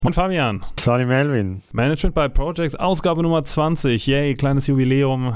Und Fabian. Sali Melvin. Management by Projects, Ausgabe Nummer 20. Yay, kleines Jubiläum.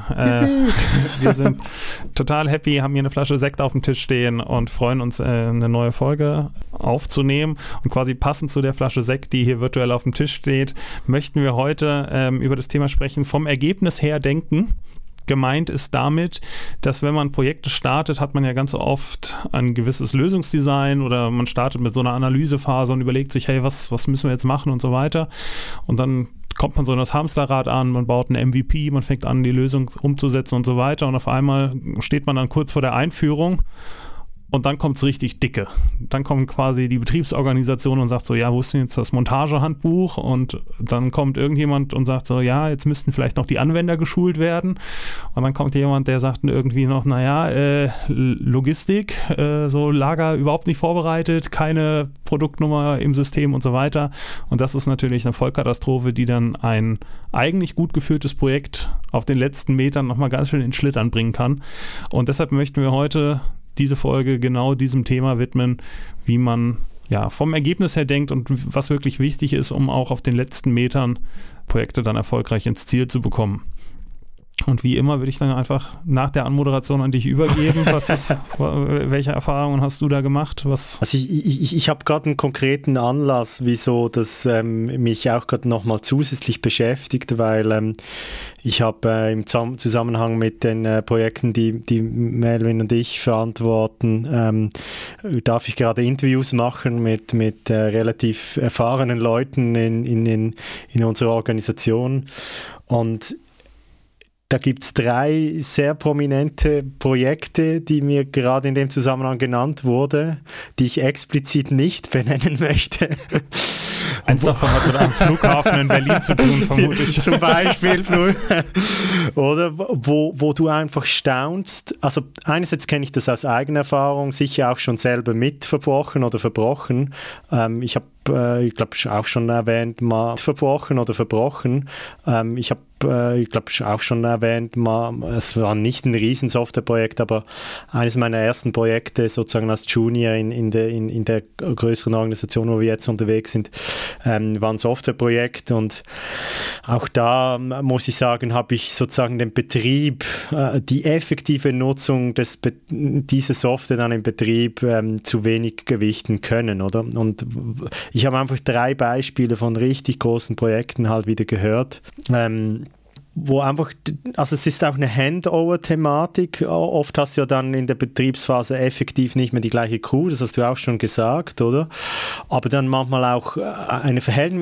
Wir sind total happy, haben hier eine Flasche Sekt auf dem Tisch stehen und freuen uns, eine neue Folge aufzunehmen. Und quasi passend zu der Flasche Sekt, die hier virtuell auf dem Tisch steht, möchten wir heute über das Thema sprechen, vom Ergebnis her denken. Gemeint ist damit, dass wenn man Projekte startet, hat man ja ganz oft ein gewisses Lösungsdesign oder man startet mit so einer Analysephase und überlegt sich, hey, was müssen wir jetzt machen und so weiter. Und dann kommt man so in das Hamsterrad an, man baut ein MVP, man fängt an, die Lösung umzusetzen und so weiter. Und auf einmal steht man dann kurz vor der Einführung. Und dann kommt es richtig dicke. Dann kommt quasi die Betriebsorganisation und sagt so, ja, wo ist denn jetzt das Montagehandbuch? Und dann kommt irgendjemand und sagt so, ja, jetzt müssten vielleicht noch die Anwender geschult werden. Und dann kommt jemand, der sagt irgendwie noch, naja, Logistik, so Lager überhaupt nicht vorbereitet, keine Produktnummer im System und so weiter. Und das ist natürlich eine Vollkatastrophe, die dann ein eigentlich gut geführtes Projekt auf den letzten Metern nochmal ganz schön in Schlittern bringen kann. Und deshalb möchten wir heute diese Folge genau diesem Thema widmen, wie man ja vom Ergebnis her denkt und was wirklich wichtig ist, um auch auf den letzten Metern Projekte dann erfolgreich ins Ziel zu bekommen. Und wie immer würde ich dann einfach nach der Anmoderation an dich übergeben. Welche Erfahrungen hast du da gemacht? Also ich habe gerade einen konkreten Anlass, wieso das mich auch gerade nochmal zusätzlich beschäftigt, weil ich habe im Zusammenhang mit den Projekten, die Melvin und ich verantworten, darf ich gerade Interviews machen mit relativ erfahrenen Leuten in unserer Organisation. Und da gibt es 3 sehr prominente Projekte, die mir gerade in dem Zusammenhang genannt wurden, die ich explizit nicht benennen möchte. Eins davon hat mit einem Flughafen in Berlin zu tun, vermute ich. Zum Beispiel, oder wo du einfach staunst. Also einerseits kenne ich das aus eigener Erfahrung, sicher auch schon selber mit verbrochen oder verbrochen. Ich habe ich glaube, auch schon erwähnt, mal verbrochen oder verbrochen. Ich habe ich glaube, auch schon erwähnt, es war nicht ein riesen Softwareprojekt, aber eines meiner ersten Projekte sozusagen als Junior in der größeren Organisation, wo wir jetzt unterwegs sind, war ein Softwareprojekt. Und auch da muss ich sagen, habe ich sozusagen den Betrieb, die effektive Nutzung dieser Software dann im Betrieb zu wenig gewichten können, oder? Und ich habe einfach 3 Beispiele von richtig großen Projekten halt wieder gehört, wo einfach, also es ist auch eine Handover-Thematik, oft hast du ja dann in der Betriebsphase effektiv nicht mehr die gleiche Crew, das hast du auch schon gesagt, oder? Aber dann manchmal auch eine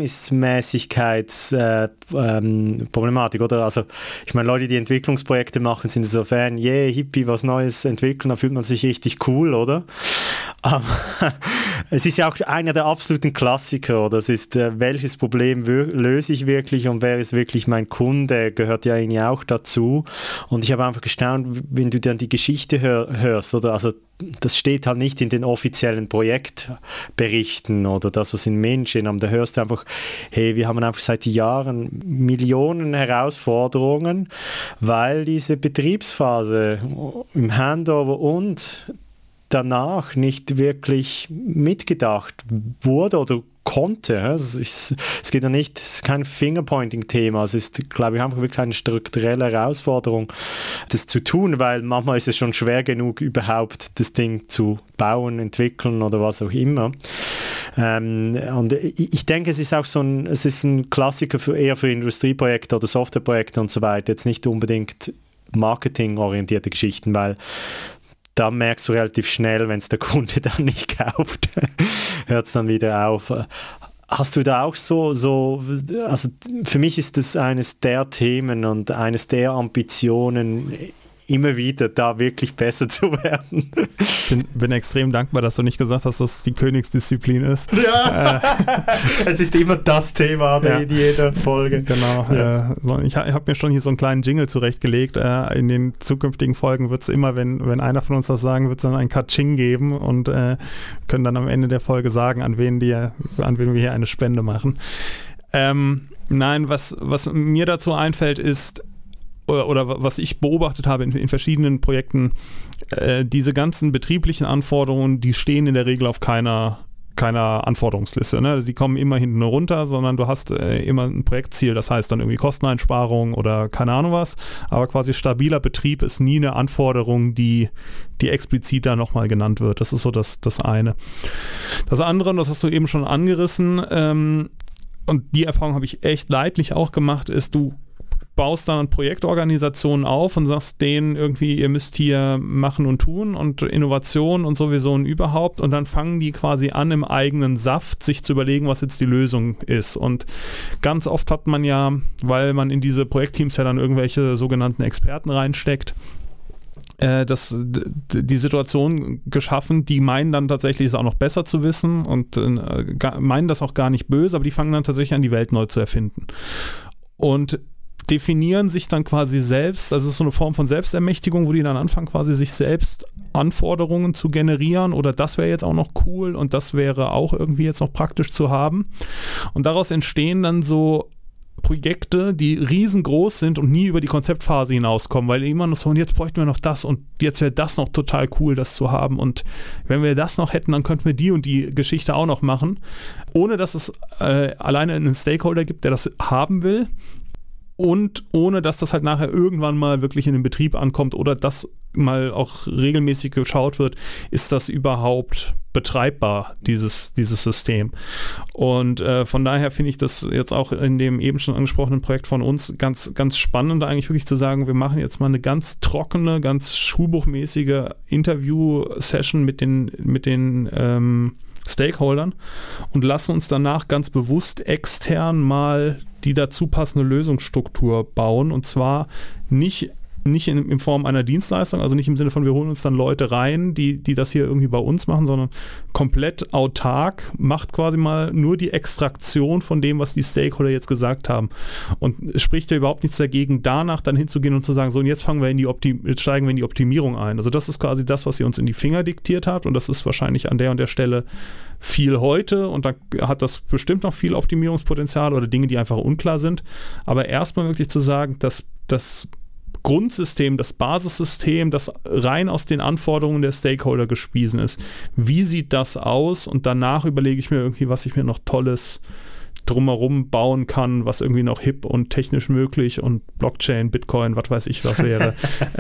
Verhältnismäßigkeitsproblematik, oder? Also ich meine, Leute, die Entwicklungsprojekte machen, sind insofern, Hippie, was Neues entwickeln, da fühlt man sich richtig cool, oder? Aber es ist ja auch einer der absoluten Klassiker, oder? Das ist, welches Problem löse ich wirklich und wer ist wirklich mein Kunde, gehört ja irgendwie auch dazu. Und ich habe einfach gestaunt, wenn du dann die Geschichte hörst, oder? Also das steht halt nicht in den offiziellen Projektberichten oder das, was in Menschen haben. Da hörst du einfach, hey, wir haben einfach seit Jahren Millionen Herausforderungen, weil diese Betriebsphase im Handover und danach nicht wirklich mitgedacht wurde oder konnte. Es geht ja nicht, es ist kein Fingerpointing-Thema, es ist, glaube ich, einfach wirklich eine strukturelle Herausforderung, das zu tun, weil manchmal ist es schon schwer genug, überhaupt das Ding zu bauen, entwickeln oder was auch immer. Und ich denke, es ist auch es ist ein Klassiker eher für Industrieprojekte oder Softwareprojekte und so weiter, jetzt nicht unbedingt marketingorientierte Geschichten, weil da merkst du relativ schnell, wenn es der Kunde dann nicht kauft, hört es dann wieder auf. Hast du da auch also für mich ist das eines der Themen und eines der Ambitionen, immer wieder da wirklich besser zu werden. Ich bin extrem dankbar, dass du nicht gesagt hast, dass es die Königsdisziplin ist. Ja, es ist immer das Thema in jeder Folge. Genau. Ja. Ich habe mir schon hier so einen kleinen Jingle zurechtgelegt. In den zukünftigen Folgen wird es immer, wenn einer von uns das sagen, wird es dann ein Katsching geben und können dann am Ende der Folge sagen, an wen wir hier eine Spende machen. Nein, was mir dazu einfällt, ist, oder was ich beobachtet habe in verschiedenen Projekten, diese ganzen betrieblichen Anforderungen, die stehen in der Regel auf keiner keiner Anforderungsliste. Ne? Also die kommen immer hinten runter, sondern du hast immer ein Projektziel, das heißt dann irgendwie Kosteneinsparung oder keine Ahnung was, aber quasi stabiler Betrieb ist nie eine Anforderung, die explizit da nochmal genannt wird. Das ist so das eine. Das andere, das hast du eben schon angerissen, und die Erfahrung habe ich echt leidlich auch gemacht, ist, du baust dann Projektorganisationen auf und sagst denen irgendwie, ihr müsst hier machen und tun und Innovation und sowieso und überhaupt, und dann fangen die quasi an, im eigenen Saft sich zu überlegen, was jetzt die Lösung ist. Und ganz oft hat man ja, weil man in diese Projektteams ja dann irgendwelche sogenannten Experten reinsteckt, die Situation geschaffen, die meinen dann tatsächlich es auch noch besser zu wissen und meinen das auch gar nicht böse, aber die fangen dann tatsächlich an, die Welt neu zu erfinden. Und definieren sich dann quasi selbst, also es ist so eine Form von Selbstermächtigung, wo die dann anfangen, quasi sich selbst Anforderungen zu generieren, oder das wäre jetzt auch noch cool und das wäre auch irgendwie jetzt noch praktisch zu haben. Und daraus entstehen dann so Projekte, die riesengroß sind und nie über die Konzeptphase hinauskommen, weil immer noch so, und jetzt bräuchten wir noch das und jetzt wäre das noch total cool, das zu haben, und wenn wir das noch hätten, dann könnten wir die und die Geschichte auch noch machen, ohne dass es alleine einen Stakeholder gibt, der das haben will, und ohne dass das halt nachher irgendwann mal wirklich in den Betrieb ankommt oder dass mal auch regelmäßig geschaut wird, ist das überhaupt betreibbar, dieses System. Und von daher finde ich das jetzt auch in dem eben schon angesprochenen Projekt von uns ganz, ganz spannend, eigentlich wirklich zu sagen, wir machen jetzt mal eine ganz trockene, ganz schulbuchmäßige Interview-Session mit den Stakeholdern und lassen uns danach ganz bewusst extern mal die dazu passende Lösungsstruktur bauen, und zwar nicht in Form einer Dienstleistung, also nicht im Sinne von, wir holen uns dann Leute rein, die das hier irgendwie bei uns machen, sondern komplett autark, macht quasi mal nur die Extraktion von dem, was die Stakeholder jetzt gesagt haben. Und es spricht ja überhaupt nichts dagegen, danach dann hinzugehen und zu sagen, so, und jetzt jetzt steigen wir in die Optimierung ein. Also das ist quasi das, was ihr uns in die Finger diktiert habt, und das ist wahrscheinlich an der und der Stelle viel heute, und da hat das bestimmt noch viel Optimierungspotenzial oder Dinge, die einfach unklar sind. Aber erstmal wirklich zu sagen, dass das Grundsystem, das Basissystem, das rein aus den Anforderungen der Stakeholder gespiesen ist. Wie sieht das aus? Und danach überlege ich mir irgendwie, was ich mir noch Tolles drumherum bauen kann, was irgendwie noch hip und technisch möglich und Blockchain, Bitcoin, was weiß ich, was wäre.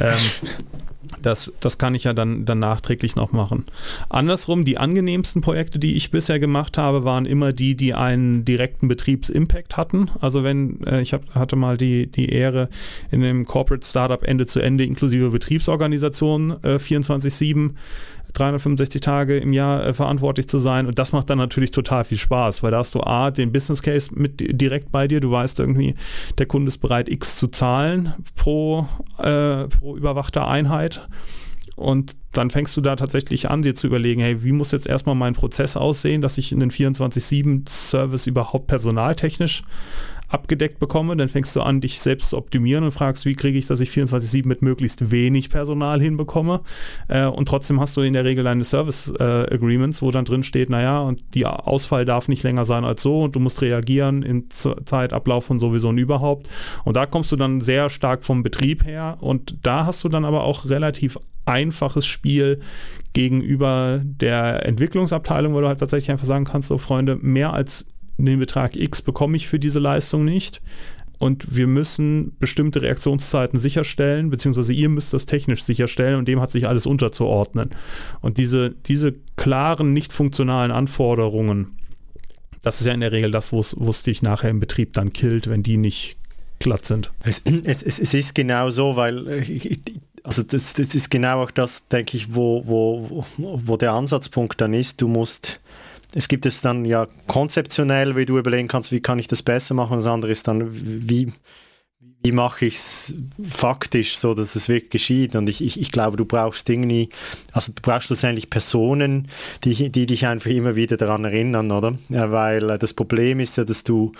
Das kann ich ja dann nachträglich noch machen. Andersrum, die angenehmsten Projekte, die ich bisher gemacht habe, waren immer die einen direkten Betriebsimpact hatten. Also ich hatte mal die Ehre, in einem Corporate Startup Ende zu Ende inklusive Betriebsorganisation 24/7 365 Tage im Jahr verantwortlich zu sein, und das macht dann natürlich total viel Spaß, weil da hast du den Business Case mit direkt bei dir, du weißt irgendwie, der Kunde ist bereit, X zu zahlen pro überwachte Einheit, und dann fängst du da tatsächlich an, dir zu überlegen, hey, wie muss jetzt erstmal mein Prozess aussehen, dass ich in den 24/7-Service überhaupt personaltechnisch abgedeckt bekomme. Dann fängst du an, dich selbst zu optimieren und fragst, wie kriege ich, dass ich 24/7 mit möglichst wenig Personal hinbekomme, und trotzdem hast du in der Regel deine Service-Agreements, wo dann drin steht, naja, und die Ausfall darf nicht länger sein als so, und du musst reagieren in Zeitablauf und sowieso und überhaupt, und da kommst du dann sehr stark vom Betrieb her, und da hast du dann aber auch relativ einfaches Spiel gegenüber der Entwicklungsabteilung, wo du halt tatsächlich einfach sagen kannst, so Freunde, mehr als den Betrag X bekomme ich für diese Leistung nicht, und wir müssen bestimmte Reaktionszeiten sicherstellen, beziehungsweise ihr müsst das technisch sicherstellen, und dem hat sich alles unterzuordnen. Und diese klaren, nicht funktionalen Anforderungen, das ist ja in der Regel das, wo es dich nachher im Betrieb dann killt, wenn die nicht glatt sind. Es ist genau so, weil also das ist genau auch das, denke ich, wo der Ansatzpunkt dann ist, es gibt es dann ja konzeptionell, wie du überlegen kannst, wie kann ich das besser machen, und das andere ist dann, wie mache ich es faktisch, so dass es wirklich geschieht, und ich glaube, du brauchst schlussendlich Personen, die dich einfach immer wieder daran erinnern, oder? Ja, weil das Problem ist ja, dass du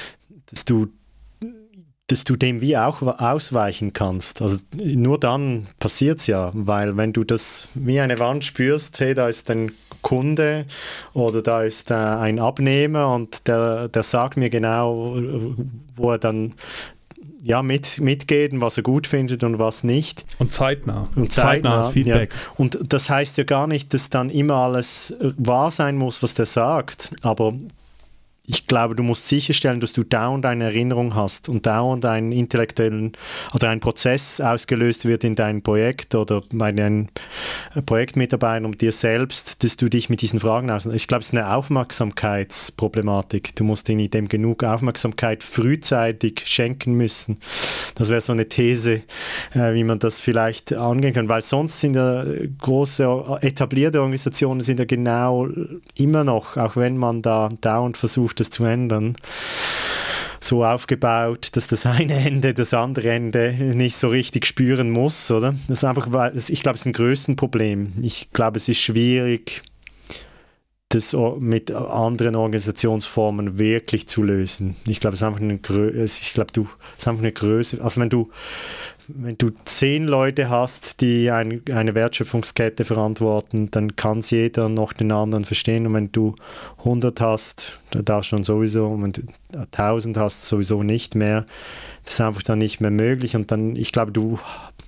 dem wie auch ausweichen kannst. Also nur dann passiert es ja, weil wenn du das wie eine Wand spürst, hey, da ist ein Kunde oder da ist ein Abnehmer, und der sagt mir genau, wo er dann mitgehen, was er gut findet und was nicht. Und zeitnahes Feedback. Ja. Und das heißt ja gar nicht, dass dann immer alles wahr sein muss, was der sagt, aber ich glaube, du musst sicherstellen, dass du dauernd eine Erinnerung hast und dauernd einen intellektuellen oder ein Prozess ausgelöst wird in dein Projekt oder bei deinen Projektmitarbeitern und dir selbst, dass du dich mit diesen Fragen auseinandersetzt. Ich glaube, es ist eine Aufmerksamkeitsproblematik. Du musst ihnen dem genug Aufmerksamkeit frühzeitig schenken müssen. Das wäre so eine These, wie man das vielleicht angehen kann, weil sonst sind ja große etablierte Organisationen sind ja genau immer noch, auch wenn man da dauernd versucht, das zu ändern, so aufgebaut, dass das eine Ende das andere Ende nicht so richtig spüren muss, oder? Das ist einfach, ich glaube, es ist ein Größenproblem. Ich glaube, es ist schwierig, das mit anderen Organisationsformen wirklich zu lösen. Ich glaube, es ist einfach eine Größe. Also wenn du 10 Leute hast, die eine Wertschöpfungskette verantworten, dann kann es jeder noch den anderen verstehen. Und wenn du 100 hast, dann darfst du schon sowieso. Und wenn du 1000 hast, sowieso nicht mehr. Das ist einfach dann nicht mehr möglich. Und dann, ich glaube, du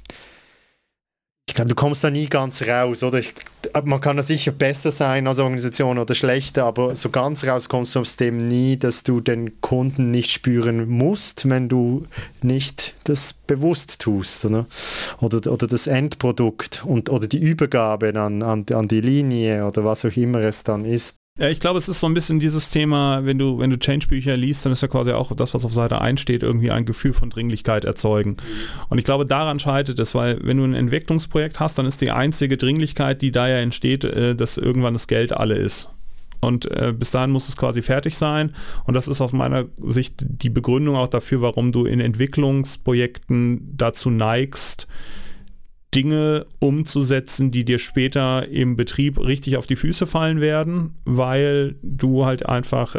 kommst da nie ganz raus, oder? Man kann da sicher besser sein als Organisation oder schlechter, aber so ganz raus kommst du aus dem nie, dass du den Kunden nicht spüren musst, wenn du nicht das bewusst tust, oder das Endprodukt oder die Übergabe dann an die Linie oder was auch immer es dann ist. Ja, ich glaube, es ist so ein bisschen dieses Thema, wenn du Change-Bücher liest, dann ist ja quasi auch das, was auf Seite 1 steht, irgendwie ein Gefühl von Dringlichkeit erzeugen. Und ich glaube, daran scheitert es, weil wenn du ein Entwicklungsprojekt hast, dann ist die einzige Dringlichkeit, die da ja entsteht, dass irgendwann das Geld alle ist. Und bis dahin muss es quasi fertig sein. Und das ist aus meiner Sicht die Begründung auch dafür, warum du in Entwicklungsprojekten dazu neigst, Dinge umzusetzen, die dir später im Betrieb richtig auf die Füße fallen werden, weil du halt einfach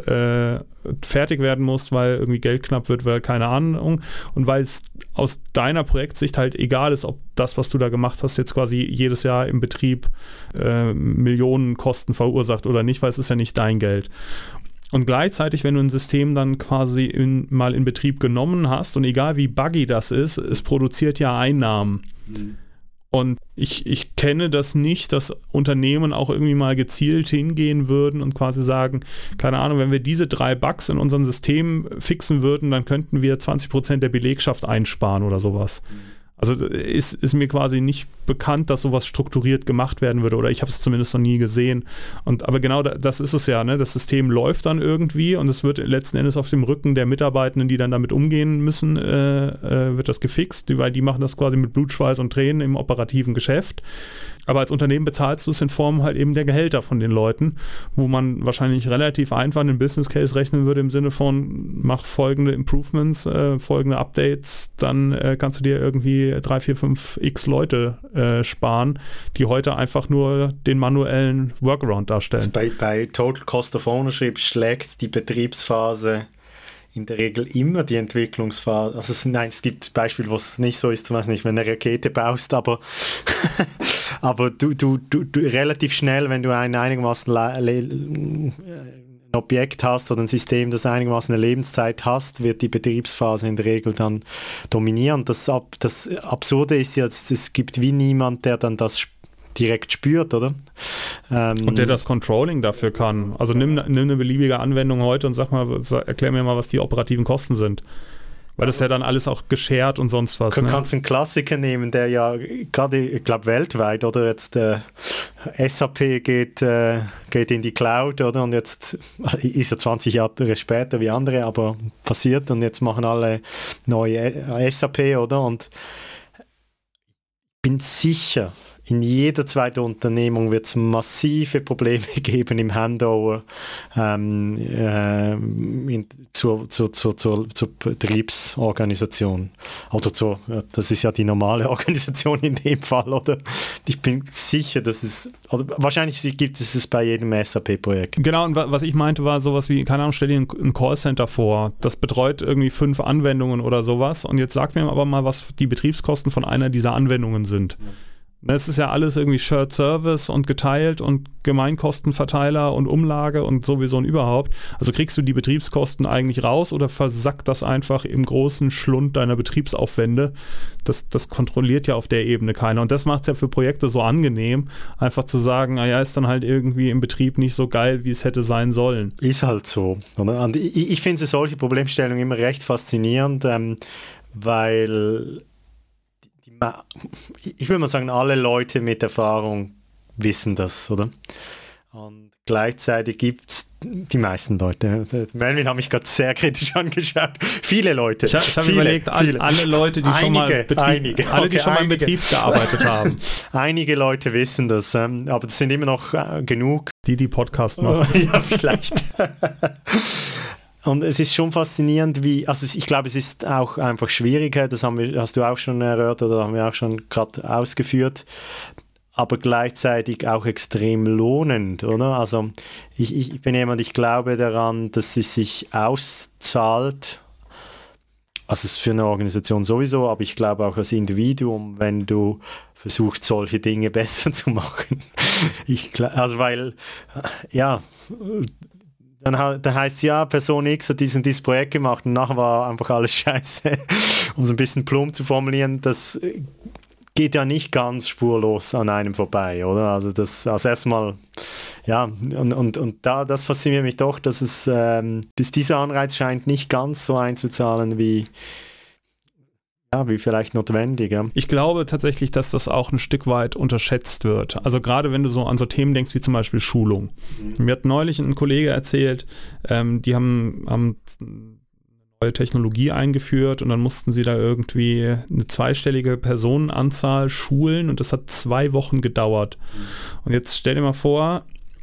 fertig werden musst, weil irgendwie Geld knapp wird, weil keine Ahnung, und weil es aus deiner Projektsicht halt egal ist, ob das, was du da gemacht hast, jetzt quasi jedes Jahr im Betrieb Millionen Kosten verursacht oder nicht, weil es ist ja nicht dein Geld. Und gleichzeitig, wenn du ein System dann quasi mal in Betrieb genommen hast und egal wie buggy das ist, es produziert ja Einnahmen. Mhm. Und ich kenne das nicht, dass Unternehmen auch irgendwie mal gezielt hingehen würden und quasi sagen, keine Ahnung, wenn wir diese 3 Bugs in unserem System fixen würden, dann könnten wir 20% der Belegschaft einsparen oder sowas. Also ist mir quasi nicht bekannt, dass sowas strukturiert gemacht werden würde, oder ich habe es zumindest noch nie gesehen. Aber genau das ist es ja, ne? Das System läuft dann irgendwie und es wird letzten Endes auf dem Rücken der Mitarbeitenden, die dann damit umgehen müssen, wird das gefixt, weil die machen das quasi mit Blut, Schweiß und Tränen im operativen Geschäft. Aber als Unternehmen bezahlst du es in Form halt eben der Gehälter von den Leuten, wo man wahrscheinlich relativ einfach einen Business Case rechnen würde im Sinne von, mach folgende Improvements, folgende Updates, dann kannst du dir irgendwie 3, 4, 5 x Leute sparen, die heute einfach nur den manuellen Workaround darstellen. Also bei Total Cost of Ownership schlägt die Betriebsphase in der Regel immer die Entwicklungsphase. Also es gibt Beispiele, wo es nicht so ist, weiß nicht, wenn du eine Rakete baust, aber du relativ schnell, wenn du einigermaßen ein Objekt hast oder ein System, das einigermaßen eine Lebenszeit hast, wird die Betriebsphase in der Regel dann dominieren. Das Absurde ist jetzt, es gibt wie niemand, der dann das direkt spürt, oder? Und der das Controlling dafür kann. Also nimm eine beliebige Anwendung heute und erklär mir mal, was die operativen Kosten sind. Weil das ist ja dann alles auch geshared und sonst was. Du kannst einen Klassiker nehmen, der ja gerade, ich glaube weltweit, oder jetzt SAP geht in die Cloud, oder? Und jetzt ist ja 20 Jahre später wie andere, aber passiert und jetzt machen alle neue SAP, oder? Und ich bin sicher, in jeder zweiten Unternehmung wird es massive Probleme geben im Handover zur Betriebsorganisation. Oder das ist ja die normale Organisation in dem Fall, oder? Ich bin sicher, dass oder wahrscheinlich gibt es bei jedem SAP-Projekt. Genau, und was ich meinte, war sowas wie, keine Ahnung, stell dir ein Callcenter vor, das betreut irgendwie 5 Anwendungen oder sowas und jetzt sag mir aber mal, was die Betriebskosten von einer dieser Anwendungen sind. Das ist ja alles irgendwie Shared Service und geteilt und Gemeinkostenverteiler und Umlage und sowieso und überhaupt. Also kriegst du die Betriebskosten eigentlich raus oder versackt das einfach im großen Schlund deiner Betriebsaufwände? Das kontrolliert ja auf der Ebene keiner. Und das macht es ja für Projekte so angenehm, einfach zu sagen, naja, ist dann halt irgendwie im Betrieb nicht so geil, wie es hätte sein sollen. Ist halt so. Oder? Und ich finde solche Problemstellungen immer recht faszinierend, weil ich würde mal sagen, alle Leute mit Erfahrung wissen das, oder? Und gleichzeitig gibt es die meisten Leute. Melvin hat mich gerade sehr kritisch angeschaut. Viele Leute. Ich habe überlegt, alle Leute, die schon mal im Betrieb gearbeitet haben. Einige Leute wissen das, aber das sind immer noch genug. Die Podcast machen. Ja, vielleicht. Und es ist schon faszinierend, ich glaube, es ist auch einfach schwieriger, hast du auch schon erhört oder haben wir auch schon gerade ausgeführt, aber gleichzeitig auch extrem lohnend, oder? Also ich bin jemand, ich glaube daran, dass es sich auszahlt, also es ist für eine Organisation sowieso, aber ich glaube auch als Individuum, wenn du versuchst, solche Dinge besser zu machen. Dann heißt es ja, Person X hat dieses Projekt gemacht und nachher war einfach alles scheiße. Um es ein bisschen plump zu formulieren, das geht ja nicht ganz spurlos an einem vorbei, oder? Also das als erstmal, ja, und das fasziniert mich doch, dass dieser Anreiz scheint nicht ganz so einzuzahlen wie vielleicht notwendig. Ja. Ich glaube tatsächlich, dass das auch ein Stück weit unterschätzt wird. Also gerade wenn du so an so Themen denkst wie zum Beispiel Schulung. Mir hat neulich ein Kollege erzählt, die haben eine neue Technologie eingeführt und dann mussten sie da irgendwie eine zweistellige Personenanzahl schulen und das hat 2 Wochen gedauert. Und jetzt stell dir mal vor,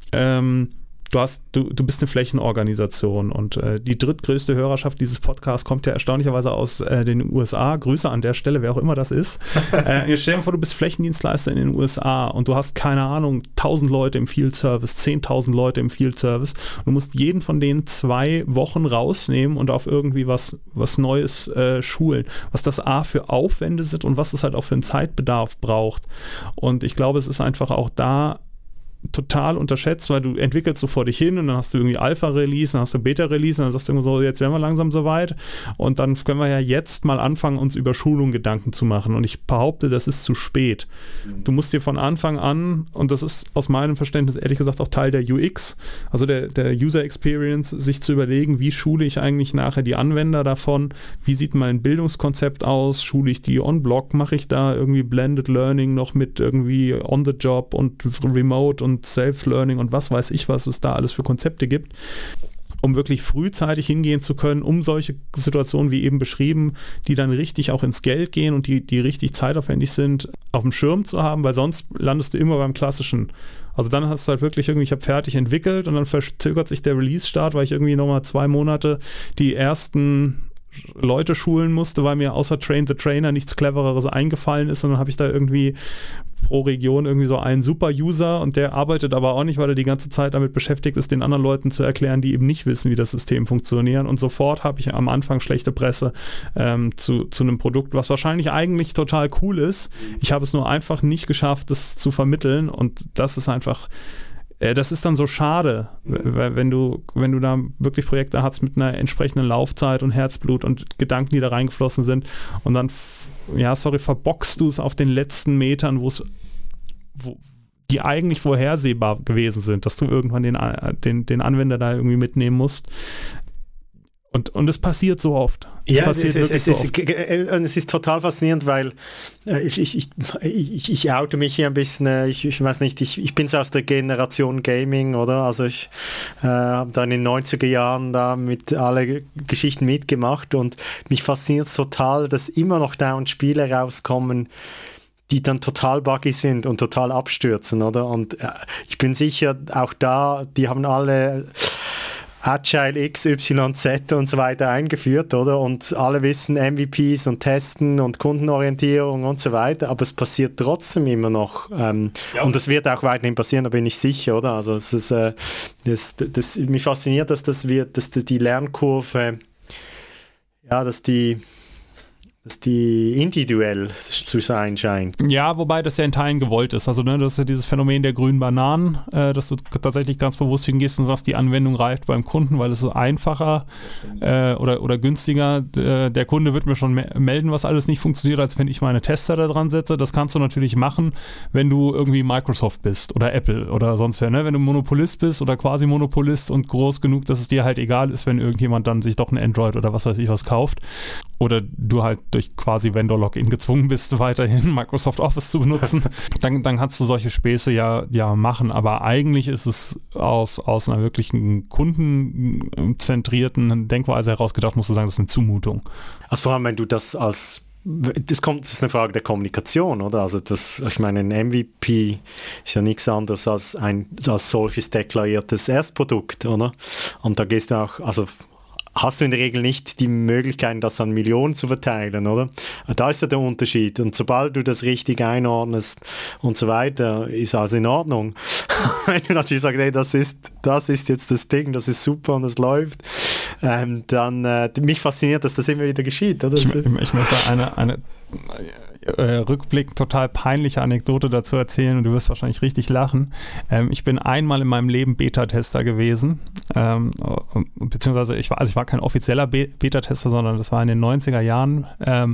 du bist eine Flächenorganisation und die drittgrößte Hörerschaft dieses Podcasts kommt ja erstaunlicherweise aus den USA. Grüße an der Stelle, wer auch immer das ist. Jetzt stell dir mal vor, du bist Flächendienstleister in den USA und du hast, keine Ahnung, 1000 Leute im Field Service, 10.000 Leute im Field Service. Du musst jeden von denen 2 Wochen rausnehmen und auf irgendwie was Neues schulen. Was das A für Aufwände sind und was es halt auch für einen Zeitbedarf braucht. Und ich glaube, es ist einfach auch da total unterschätzt, weil du entwickelst so vor dich hin und dann hast du irgendwie Alpha-Release, dann hast du Beta-Release und dann sagst du so, jetzt wären wir langsam soweit und dann können wir ja jetzt mal anfangen, uns über Schulung Gedanken zu machen und ich behaupte, das ist zu spät. Du musst dir von Anfang an, und das ist aus meinem Verständnis ehrlich gesagt auch Teil der UX, also der User Experience, sich zu überlegen, wie schule ich eigentlich nachher die Anwender davon, wie sieht mein Bildungskonzept aus, schule ich die on-block, mache ich da irgendwie Blended Learning noch mit irgendwie on the job und remote und Self-Learning und was weiß ich, was es da alles für Konzepte gibt, um wirklich frühzeitig hingehen zu können, um solche Situationen wie eben beschrieben, die dann richtig auch ins Geld gehen und die richtig zeitaufwendig sind, auf dem Schirm zu haben, weil sonst landest du immer beim Klassischen. Also dann hast du halt wirklich irgendwie, ich habe fertig entwickelt und dann verzögert sich der Release-Start, weil ich irgendwie nochmal 2 Monate die ersten Leute schulen musste, weil mir außer Train the Trainer nichts Clevereres eingefallen ist und dann habe ich da irgendwie pro Region irgendwie so einen Super-User und der arbeitet aber auch nicht, weil er die ganze Zeit damit beschäftigt ist, den anderen Leuten zu erklären, die eben nicht wissen, wie das System funktioniert und sofort habe ich am Anfang schlechte Presse zu einem Produkt, was wahrscheinlich eigentlich total cool ist. Ich habe es nur einfach nicht geschafft, das zu vermitteln und das ist einfach das ist dann so schade, wenn du da wirklich Projekte hast mit einer entsprechenden Laufzeit und Herzblut und Gedanken, die da reingeflossen sind und dann, verbockst du es auf den letzten Metern, wo die eigentlich vorhersehbar gewesen sind, dass du irgendwann den Anwender da irgendwie mitnehmen musst. Und es passiert so oft. Es ist total faszinierend, weil ich oute mich hier ein bisschen, ich weiß nicht, ich bin so aus der Generation Gaming, oder? Also ich habe da in den 90er Jahren da mit alle Geschichten mitgemacht und mich fasziniert es total, dass immer noch dauernd Spiele rauskommen, die dann total buggy sind und total abstürzen, oder? Und ich bin sicher, auch da, die haben alle Agile XYZ und so weiter eingeführt, oder? Und alle wissen MVPs und Testen und Kundenorientierung und so weiter, aber es passiert trotzdem immer noch. Und das wird auch weiterhin passieren, da bin ich sicher, oder? Also es ist, mich fasziniert, dass die Lernkurve, ja, dass dass die individuell zu sein scheint. Ja, wobei das ja in Teilen gewollt ist. Also das ist ja dieses Phänomen der grünen Bananen, dass du tatsächlich ganz bewusst hingehst und sagst, die Anwendung reicht beim Kunden, weil es ist einfacher oder günstiger. Der Kunde wird mir schon melden, was alles nicht funktioniert, als wenn ich meine Tester da dran setze. Das kannst du natürlich machen, wenn du irgendwie Microsoft bist oder Apple oder sonst wer. Ne? Wenn du Monopolist bist oder quasi Monopolist und groß genug, dass es dir halt egal ist, wenn irgendjemand dann sich doch ein Android oder was weiß ich was kauft. Oder du halt durch quasi Vendor-Login gezwungen bist, weiterhin Microsoft Office zu benutzen, dann kannst du solche Späße ja machen. Aber eigentlich ist es aus einer wirklichen kundenzentrierten Denkweise herausgedacht, musst du sagen, das ist eine Zumutung. Also vor allem, wenn du das das ist eine Frage der Kommunikation, oder? Also ich meine, ein MVP ist ja nichts anderes als als solches deklariertes Erstprodukt, oder? Und da gehst du auch, also hast du in der Regel nicht die Möglichkeit, das an Millionen zu verteilen, oder? Da ist ja der Unterschied. Und sobald du das richtig einordnest und so weiter, ist alles in Ordnung. Wenn du natürlich sagst, hey, das ist jetzt das Ding, das ist super und es läuft, dann mich fasziniert, dass das immer wieder geschieht, oder? Ich möchte eine Rückblick total peinliche Anekdote dazu erzählen und du wirst wahrscheinlich richtig lachen. Ich bin einmal in meinem Leben Beta-Tester gewesen, beziehungsweise ich war kein offizieller Beta-Tester, sondern das war in den 90er Jahren.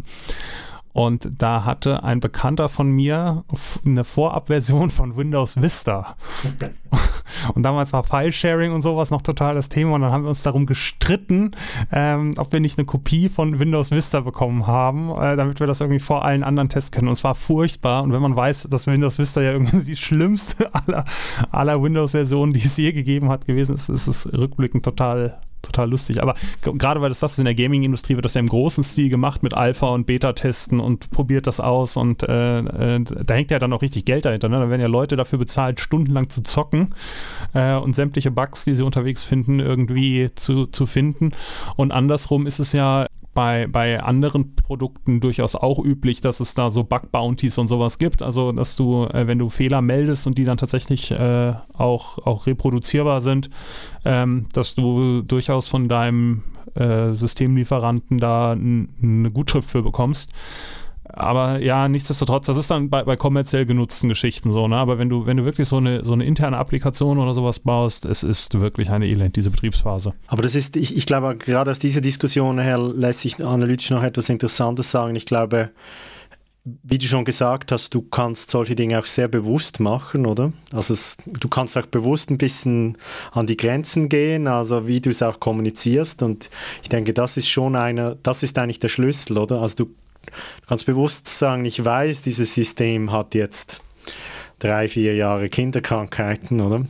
Und da hatte ein Bekannter von mir eine Vorabversion von Windows Vista. Und damals war File-Sharing und sowas noch total das Thema. Und dann haben wir uns darum gestritten, ob wir nicht eine Kopie von Windows Vista bekommen haben, damit wir das irgendwie vor allen anderen testen können. Und es war furchtbar. Und wenn man weiß, dass Windows Vista ja irgendwie die schlimmste aller Windows-Versionen, die es je gegeben hat, gewesen ist, ist es rückblickend total lustig, aber gerade weil das ist in der Gaming-Industrie, wird das ja im großen Stil gemacht mit Alpha- und Beta-Testen und probiert das aus und da hängt ja dann auch richtig Geld dahinter, ne? Da werden ja Leute dafür bezahlt, stundenlang zu zocken und sämtliche Bugs, die sie unterwegs finden, irgendwie zu finden, und andersrum ist es ja bei anderen Produkten durchaus auch üblich, dass es da so Bug-Bounties und sowas gibt. Also, dass du, wenn du Fehler meldest und die dann tatsächlich auch reproduzierbar sind, dass du durchaus von deinem Systemlieferanten da eine Gutschrift für bekommst. Aber ja, nichtsdestotrotz, das ist dann bei kommerziell genutzten Geschichten so, ne? Aber wenn du wirklich so eine interne Applikation oder sowas baust, es ist wirklich eine Elend, diese Betriebsphase. Aber das ist, ich glaube, gerade aus dieser Diskussion her lässt sich analytisch noch etwas Interessantes sagen. Ich glaube, wie du schon gesagt hast, du kannst solche Dinge auch sehr bewusst machen, oder? Also du kannst auch bewusst ein bisschen an die Grenzen gehen, also wie du es auch kommunizierst, und ich denke, das ist eigentlich der Schlüssel, oder? Also du kannst bewusst sagen, ich weiß, dieses System hat jetzt 3-4 Jahre Kinderkrankheiten, oder?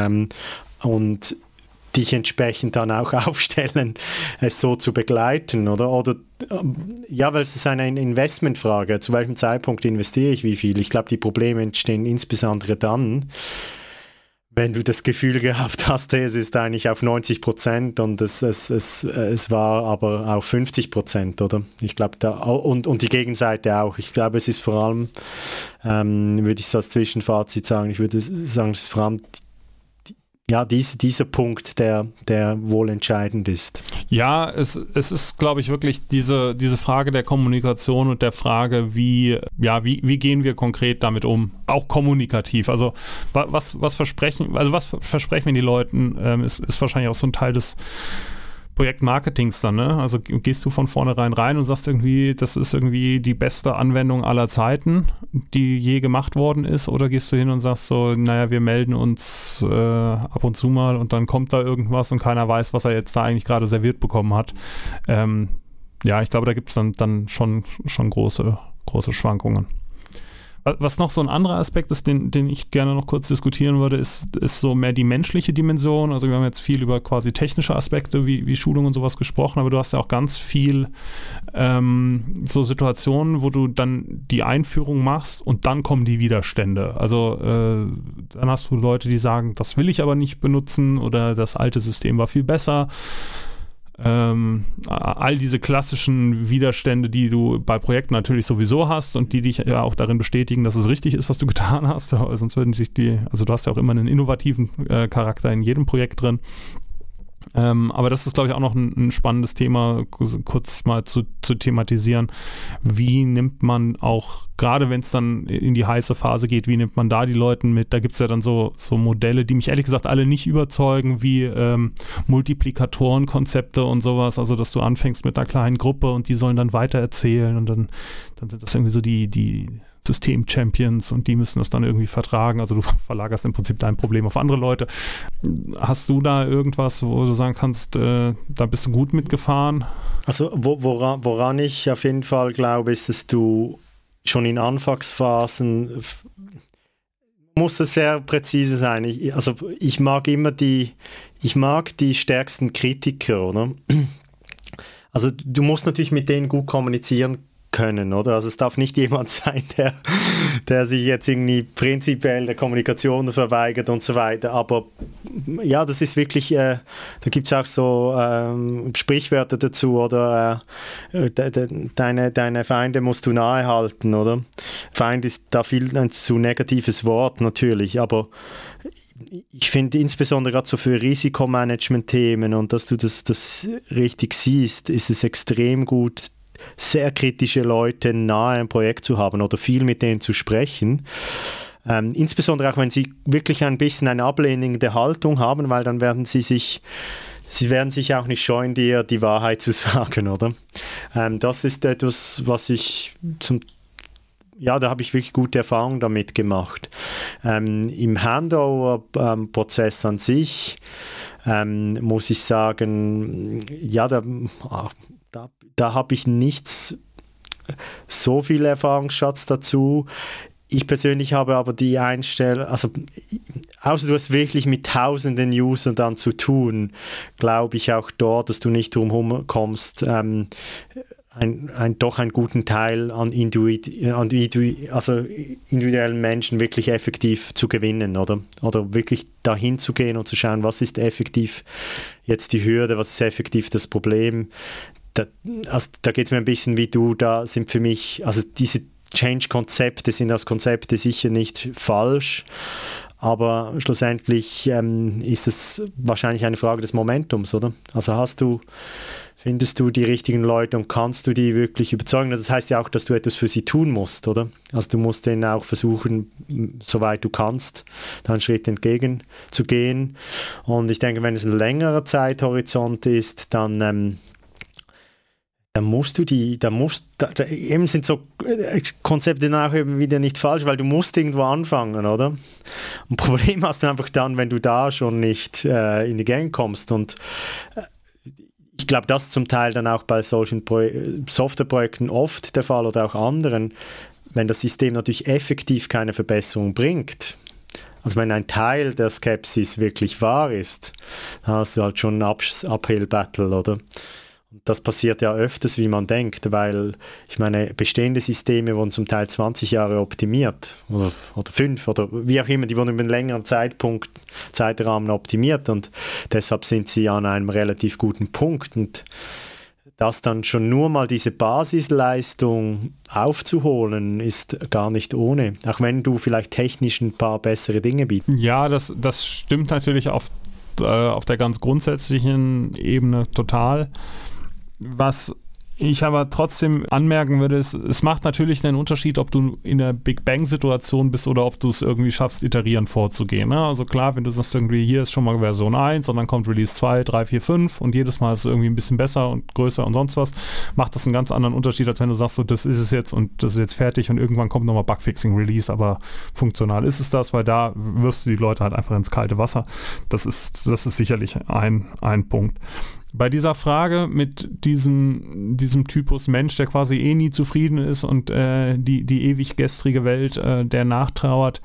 Und dich entsprechend dann auch aufstellen, es so zu begleiten, oder ja, weil es ist eine Investmentfrage, zu welchem Zeitpunkt investiere ich wie viel? Ich glaube, die Probleme entstehen insbesondere dann, wenn du das Gefühl gehabt hast, es ist eigentlich auf 90% und es war aber auf 50%, oder? Ich glaube, und die Gegenseite auch. Ich glaube, es ist vor allem, würde ich so als Zwischenfazit sagen, ich würde sagen, es ist vor allem dieser Punkt, der wohl entscheidend ist. Ja, es ist, glaube ich, wirklich diese Frage der Kommunikation und der Frage, wie gehen wir konkret damit um, auch kommunikativ. Also was versprechen wir den Leuten, ist wahrscheinlich auch so ein Teil des Projektmarketings dann, ne? Also gehst du von vornherein rein und sagst irgendwie, das ist irgendwie die beste Anwendung aller Zeiten, die je gemacht worden ist, oder gehst du hin und sagst so, naja, wir melden uns ab und zu mal und dann kommt da irgendwas und keiner weiß, was er jetzt da eigentlich gerade serviert bekommen hat. Ja, ich glaube, da gibt es dann schon große Schwankungen. Was noch so ein anderer Aspekt ist, den ich gerne noch kurz diskutieren würde, ist so mehr die menschliche Dimension. Also wir haben jetzt viel über quasi technische Aspekte wie Schulung und sowas gesprochen, aber du hast ja auch ganz viel so Situationen, wo du dann die Einführung machst und dann kommen die Widerstände. Also dann hast du Leute, die sagen, das will ich aber nicht benutzen oder das alte System war viel besser. All diese klassischen Widerstände, die du bei Projekten natürlich sowieso hast und die dich ja auch darin bestätigen, dass es richtig ist, was du getan hast. Sonst würden sich du hast ja auch immer einen innovativen Charakter in jedem Projekt drin. Aber das ist, glaube ich, auch noch ein spannendes Thema, kurz mal zu thematisieren. Wie nimmt man auch, gerade wenn es dann in die heiße Phase geht, wie nimmt man da die Leute mit? Da gibt es ja dann so Modelle, die mich ehrlich gesagt alle nicht überzeugen, wie Multiplikatorenkonzepte und sowas. Also, dass du anfängst mit einer kleinen Gruppe und die sollen dann weitererzählen und dann sind das irgendwie so die System-Champions und die müssen das dann irgendwie vertragen. Also du verlagerst im Prinzip dein Problem auf andere Leute. Hast du da irgendwas, wo du sagen kannst, da bist du gut mitgefahren? Also woran ich auf jeden Fall glaube, ist, dass du schon in Anfangsphasen muss es sehr präzise sein. Ich mag die stärksten Kritiker, oder? Also du musst natürlich mit denen gut kommunizieren können, oder? Also es darf nicht jemand sein, der sich jetzt irgendwie prinzipiell der Kommunikation verweigert und so weiter, aber ja, das ist wirklich, da gibt es auch so Sprichwörter dazu, oder deine Feinde musst du nahe halten, oder? Feind ist da viel ein zu negatives Wort natürlich, aber ich finde insbesondere gerade so für Risikomanagement-Themen und dass du das richtig siehst, ist es extrem gut, sehr kritische Leute nahe am Projekt zu haben oder viel mit denen zu sprechen. Insbesondere auch, wenn sie wirklich ein bisschen eine ablehnende Haltung haben, weil dann werden sie werden sich auch nicht scheuen, dir die Wahrheit zu sagen, oder? Das ist etwas, da habe ich wirklich gute Erfahrungen damit gemacht. Im Handover-Prozess an sich muss ich sagen, ja, da habe ich nicht so viel Erfahrungsschatz dazu. Ich persönlich habe aber die Einstellung, also außer du hast wirklich mit tausenden Usern dann zu tun, glaube ich auch dort, dass du nicht drum herum kommst, doch einen guten Teil an individuellen Menschen wirklich effektiv zu gewinnen, oder wirklich dahin zu gehen und zu schauen, was ist effektiv jetzt die Hürde, was ist effektiv das Problem. Da geht es mir ein bisschen wie du, da sind für mich, also diese Change-Konzepte sind als Konzepte sicher nicht falsch, aber schlussendlich ist es wahrscheinlich eine Frage des Momentums, oder? Also findest du die richtigen Leute und kannst du die wirklich überzeugen? Das heißt ja auch, dass du etwas für sie tun musst, oder? Also du musst denen auch versuchen, soweit du kannst, da einen Schritt entgegen zu gehen. Und ich denke, wenn es ein längerer Zeithorizont ist, dann eben sind so Konzepte auch eben wieder nicht falsch, weil du musst irgendwo anfangen, oder? Ein Problem hast du einfach dann, wenn du da schon nicht in die Gang kommst, und ich glaube, das ist zum Teil dann auch bei solchen Softwareprojekten oft der Fall oder auch anderen, wenn das System natürlich effektiv keine Verbesserung bringt. Also wenn ein Teil der Skepsis wirklich wahr ist, dann hast du halt schon ein Uphill-Battle, oder? Und das passiert ja öfters, wie man denkt, weil, ich meine, bestehende Systeme wurden zum Teil 20 Jahre optimiert oder 5 oder wie auch immer, die wurden über einen längeren Zeitrahmen optimiert, und deshalb sind sie an einem relativ guten Punkt, und das dann schon nur mal diese Basisleistung aufzuholen, ist gar nicht ohne, auch wenn du vielleicht technisch ein paar bessere Dinge bietest. Ja, das stimmt natürlich auf der ganz grundsätzlichen Ebene total. Was ich aber trotzdem anmerken würde, es macht natürlich einen Unterschied, ob du in der Big Bang-Situation bist oder ob du es irgendwie schaffst, iterieren vorzugehen. Ne? Also klar, wenn du sagst, irgendwie hier ist schon mal Version 1 und dann kommt Release 2, 3, 4, 5 und jedes Mal ist es irgendwie ein bisschen besser und größer und sonst was, macht das einen ganz anderen Unterschied, als wenn du sagst, so, das ist es jetzt und das ist jetzt fertig und irgendwann kommt nochmal Bugfixing-Release, aber funktional ist es das, weil da wirfst du die Leute halt einfach ins kalte Wasser. Das ist sicherlich ein Punkt. Bei dieser Frage mit diesem Typus Mensch, der quasi nie zufrieden ist und die ewig gestrige Welt der nachtrauert,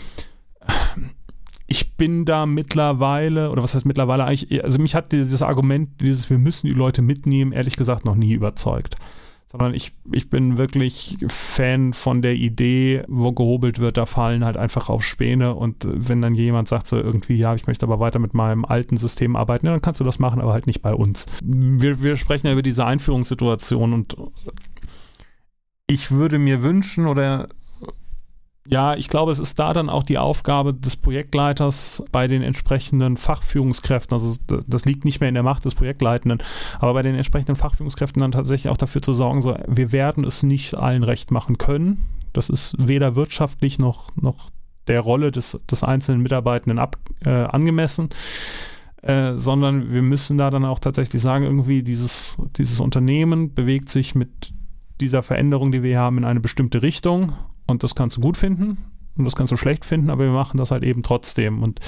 ich bin da mittlerweile, oder was heißt mittlerweile eigentlich, also mich hat dieses Argument, wir müssen die Leute mitnehmen, ehrlich gesagt noch nie überzeugt. Sondern ich bin wirklich Fan von der Idee, wo gehobelt wird, da fallen halt einfach auf Späne, und wenn dann jemand sagt so irgendwie, ja, ich möchte aber weiter mit meinem alten System arbeiten, ja, dann kannst du das machen, aber halt nicht bei uns. Wir sprechen ja über diese Einführungssituation, und ich würde mir wünschen, oder Ja, ich glaube, es ist da dann auch die Aufgabe des Projektleiters bei den entsprechenden Fachführungskräften, also das liegt nicht mehr in der Macht des Projektleitenden, aber bei den entsprechenden Fachführungskräften dann tatsächlich auch dafür zu sorgen, so, wir werden es nicht allen recht machen können. Das ist weder wirtschaftlich noch der Rolle des einzelnen Mitarbeitenden angemessen, sondern wir müssen da dann auch tatsächlich sagen, irgendwie dieses Unternehmen bewegt sich mit dieser Veränderung, die wir haben, in eine bestimmte Richtung. Und das kannst du gut finden und das kannst du schlecht finden, aber wir machen das halt eben trotzdem. Und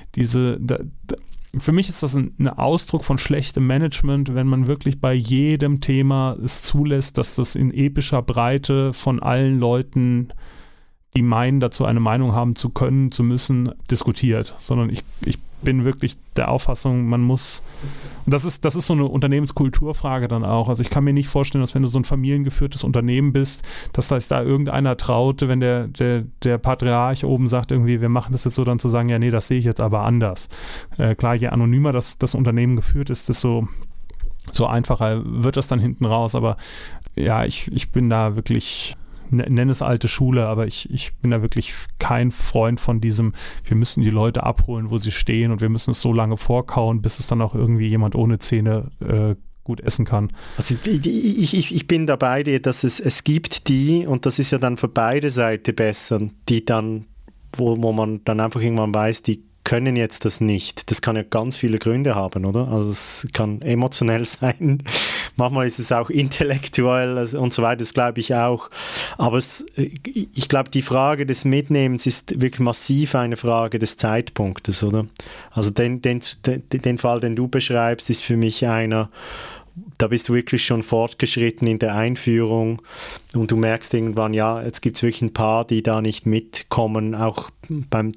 für mich ist das ein Ausdruck von schlechtem Management, wenn man wirklich bei jedem Thema es zulässt, dass das in epischer Breite von allen Leuten, die meinen, dazu eine Meinung haben zu können, zu müssen, diskutiert. Sondern ich bin wirklich der Auffassung, man muss, und das ist so eine Unternehmenskulturfrage dann auch. Also ich kann mir nicht vorstellen, dass wenn du so ein familiengeführtes Unternehmen bist, dass da irgendeiner traut, wenn der Patriarch oben sagt irgendwie, wir machen das jetzt so, dann zu sagen, ja nee, das sehe ich jetzt aber anders. Klar, je anonymer das Unternehmen geführt ist, desto so einfacher wird das dann hinten raus. Aber ja, ich bin da wirklich, nenne es alte Schule, aber ich bin da wirklich kein Freund von diesem, wir müssen die Leute abholen, wo sie stehen und wir müssen es so lange vorkauen, bis es dann auch irgendwie jemand ohne Zähne gut essen kann. Also ich bin da bei dir, dass es gibt die, und das ist ja dann für beide Seiten besser, die dann, wo man dann einfach irgendwann weiß, die können jetzt das nicht. Das kann ja ganz viele Gründe haben, oder? Also es kann emotionell sein, manchmal ist es auch intellektuell und so weiter, das glaube ich auch. Aber ich glaube, die Frage des Mitnehmens ist wirklich massiv eine Frage des Zeitpunktes, oder? Also den Fall, den du beschreibst, ist für mich einer, da bist du wirklich schon fortgeschritten in der Einführung und du merkst irgendwann, ja, jetzt gibt es wirklich ein paar, die da nicht mitkommen, auch beim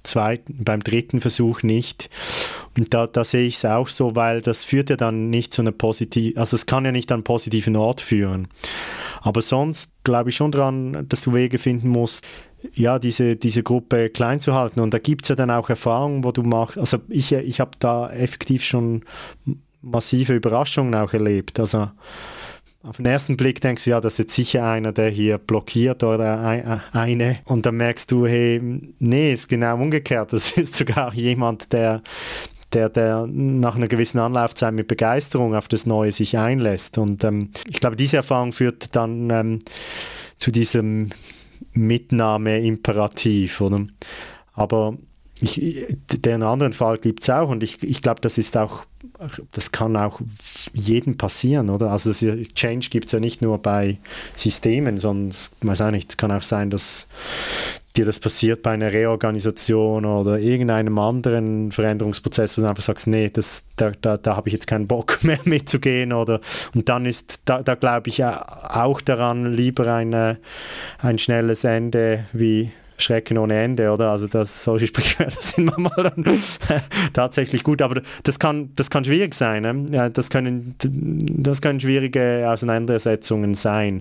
dritten Versuch nicht. Und da sehe ich es auch so, weil das führt ja dann nicht zu einer positiven, also es kann ja nicht an einen positiven Ort führen. Aber sonst glaube ich schon dran, dass du Wege finden musst, ja, diese Gruppe klein zu halten. Und da gibt es ja dann auch Erfahrungen, wo du machst, also ich habe da effektiv schon massive Überraschungen auch erlebt. Also auf den ersten Blick denkst du, ja, das ist jetzt sicher einer, der hier blockiert oder eine. Und dann merkst du, hey, nee, ist genau umgekehrt. Das ist sogar jemand, der nach einer gewissen Anlaufzeit mit Begeisterung auf das Neue sich einlässt. Und ich glaube, diese Erfahrung führt dann zu diesem Mitnahmeimperativ, oder? Aber den anderen Fall gibt es auch und ich glaube, das kann auch jedem passieren, oder? Also Change gibt es ja nicht nur bei Systemen, sondern es kann auch sein, dass dir das passiert bei einer Reorganisation oder irgendeinem anderen Veränderungsprozess, wo du einfach sagst, nee, da habe ich jetzt keinen Bock mehr mitzugehen, oder? Und dann ist, da glaube ich auch daran, lieber ein schnelles Ende wie Schrecken ohne Ende, oder? Also solche Sprichwörter sind manchmal dann tatsächlich gut, aber das kann schwierig sein. Ne? Ja, das können schwierige Auseinandersetzungen sein.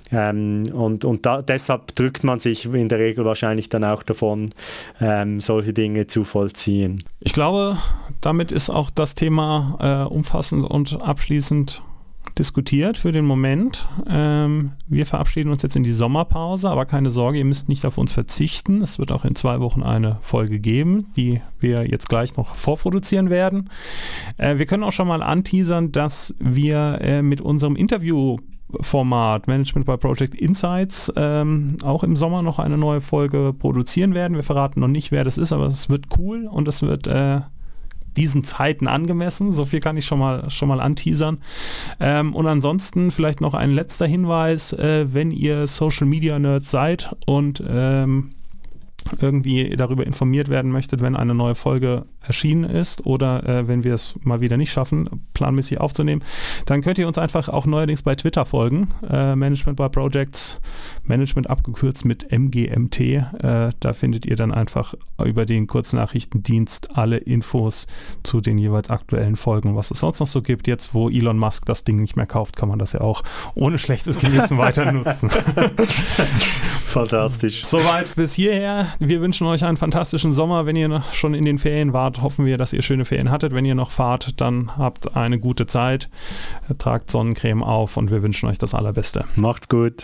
Deshalb drückt man sich in der Regel wahrscheinlich dann auch davon, solche Dinge zu vollziehen. Ich glaube, damit ist auch das Thema umfassend und abschließend diskutiert für den Moment. Wir verabschieden uns jetzt in die Sommerpause, aber keine Sorge, ihr müsst nicht auf uns verzichten. Es wird auch in 2 Wochen eine Folge geben, die wir jetzt gleich noch vorproduzieren werden. Wir können auch schon mal anteasern, dass wir mit unserem Interviewformat Management by Project Insights auch im Sommer noch eine neue Folge produzieren werden. Wir verraten noch nicht, wer das ist, aber es wird cool und es wird diesen Zeiten angemessen. So viel kann ich schon mal anteasern. Und ansonsten vielleicht noch ein letzter Hinweis, wenn ihr Social Media Nerds seid und irgendwie darüber informiert werden möchtet, wenn eine neue Folge erschienen ist oder wenn wir es mal wieder nicht schaffen, planmäßig aufzunehmen, dann könnt ihr uns einfach auch neuerdings bei Twitter folgen. Management by Projects, Management abgekürzt mit MGMT. Da findet ihr dann einfach über den Kurznachrichtendienst alle Infos zu den jeweils aktuellen Folgen, was es sonst noch so gibt. Jetzt, wo Elon Musk das Ding nicht mehr kauft, kann man das ja auch ohne schlechtes Gewissen weiter nutzen. Fantastisch. Soweit bis hierher. Wir wünschen euch einen fantastischen Sommer. Wenn ihr noch schon in den Ferien wart, hoffen wir, dass ihr schöne Ferien hattet. Wenn ihr noch fahrt, dann habt eine gute Zeit. Tragt Sonnencreme auf und wir wünschen euch das Allerbeste. Macht's gut.